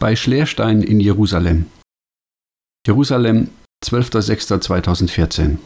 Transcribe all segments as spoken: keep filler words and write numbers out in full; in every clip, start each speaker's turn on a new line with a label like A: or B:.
A: Bei Schleerstein in Jerusalem. Jerusalem, zwölfter sechster zweitausendvierzehn.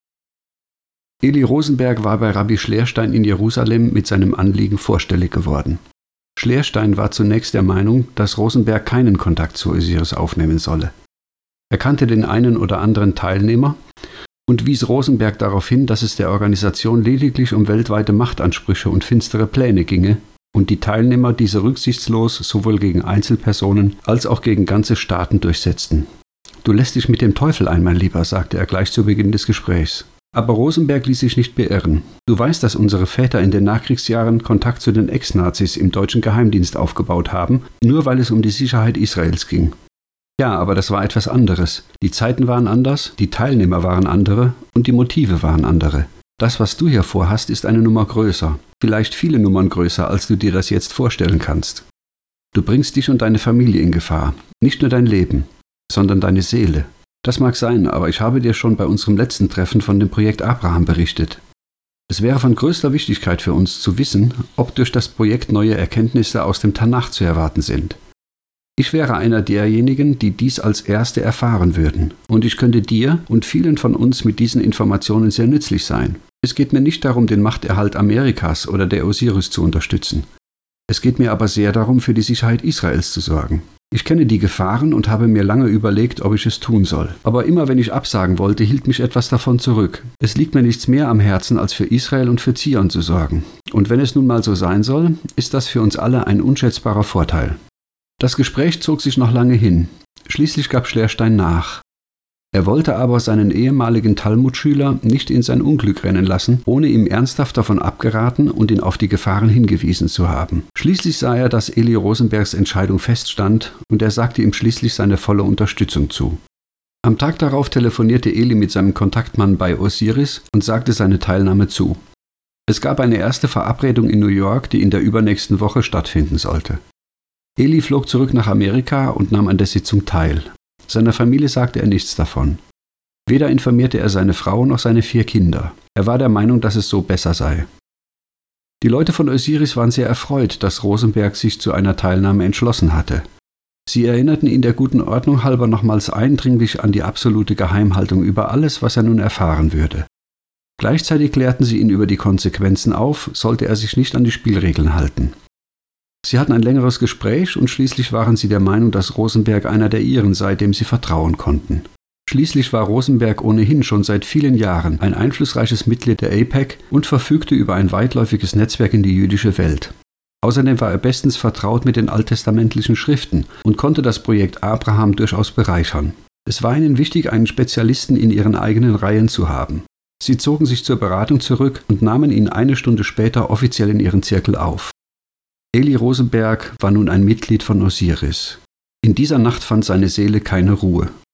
A: Eli Rosenberg war bei Rabbi Schleerstein in Jerusalem mit seinem Anliegen vorstellig geworden. Schleerstein war zunächst der Meinung, dass Rosenberg keinen Kontakt zu Osiris aufnehmen solle. Er kannte den einen oder anderen Teilnehmer und wies Rosenberg darauf hin, dass es der Organisation lediglich um weltweite Machtansprüche und finstere Pläne ginge und die Teilnehmer diese rücksichtslos sowohl gegen Einzelpersonen als auch gegen ganze Staaten durchsetzten. »Du lässt dich mit dem Teufel ein, mein Lieber«, sagte er gleich zu Beginn des Gesprächs. Aber Rosenberg ließ sich nicht beirren. »Du weißt, dass unsere Väter in den Nachkriegsjahren Kontakt zu den Ex-Nazis im deutschen Geheimdienst aufgebaut haben, nur weil es um die Sicherheit Israels ging.« Ja, aber das war etwas anderes. Die Zeiten waren anders, die Teilnehmer waren andere und die Motive waren andere. Das, was du hier vorhast, ist eine Nummer größer. Vielleicht viele Nummern größer, als du dir das jetzt vorstellen kannst. Du bringst dich und deine Familie in Gefahr. Nicht nur dein Leben, sondern deine Seele. Das mag sein, aber ich habe dir schon bei unserem letzten Treffen von dem Projekt Abraham berichtet. Es wäre von größter Wichtigkeit für uns zu wissen, ob durch das Projekt neue Erkenntnisse aus dem Tanach zu erwarten sind. Ich wäre einer derjenigen, die dies als Erste erfahren würden, und ich könnte dir und vielen von uns mit diesen Informationen sehr nützlich sein. Es geht mir nicht darum, den Machterhalt Amerikas oder der Osiris zu unterstützen. Es geht mir aber sehr darum, für die Sicherheit Israels zu sorgen. Ich kenne die Gefahren und habe mir lange überlegt, ob ich es tun soll. Aber immer wenn ich absagen wollte, hielt mich etwas davon zurück. Es liegt mir nichts mehr am Herzen, als für Israel und für Zion zu sorgen. Und wenn es nun mal so sein soll, ist das für uns alle ein unschätzbarer Vorteil. Das Gespräch zog sich noch lange hin. Schließlich gab Schleerstein nach. Er wollte aber seinen ehemaligen Talmudschüler nicht in sein Unglück rennen lassen, ohne ihm ernsthaft davon abgeraten und ihn auf die Gefahren hingewiesen zu haben. Schließlich sah er, dass Eli Rosenbergs Entscheidung feststand und er sagte ihm schließlich seine volle Unterstützung zu. Am Tag darauf telefonierte Eli mit seinem Kontaktmann bei Osiris und sagte seine Teilnahme zu. Es gab eine erste Verabredung in New York, die in der übernächsten Woche stattfinden sollte. Eli flog zurück nach Amerika und nahm an der Sitzung teil. Seiner Familie sagte er nichts davon. Weder informierte er seine Frau noch seine vier Kinder. Er war der Meinung, dass es so besser sei. Die Leute von Osiris waren sehr erfreut, dass Rosenberg sich zu einer Teilnahme entschlossen hatte. Sie erinnerten ihn der guten Ordnung halber nochmals eindringlich an die absolute Geheimhaltung über alles, was er nun erfahren würde. Gleichzeitig klärten sie ihn über die Konsequenzen auf, sollte er sich nicht an die Spielregeln halten. Sie hatten ein längeres Gespräch und schließlich waren sie der Meinung, dass Rosenberg einer der ihren sei, dem sie vertrauen konnten. Schließlich war Rosenberg ohnehin schon seit vielen Jahren ein einflussreiches Mitglied der A I P A C und verfügte über ein weitläufiges Netzwerk in die jüdische Welt. Außerdem war er bestens vertraut mit den alttestamentlichen Schriften und konnte das Projekt Abraham durchaus bereichern. Es war ihnen wichtig, einen Spezialisten in ihren eigenen Reihen zu haben. Sie zogen sich zur Beratung zurück und nahmen ihn eine Stunde später offiziell in ihren Zirkel auf. Eli Rosenberg war nun ein Mitglied von Osiris. In dieser Nacht fand seine Seele keine Ruhe.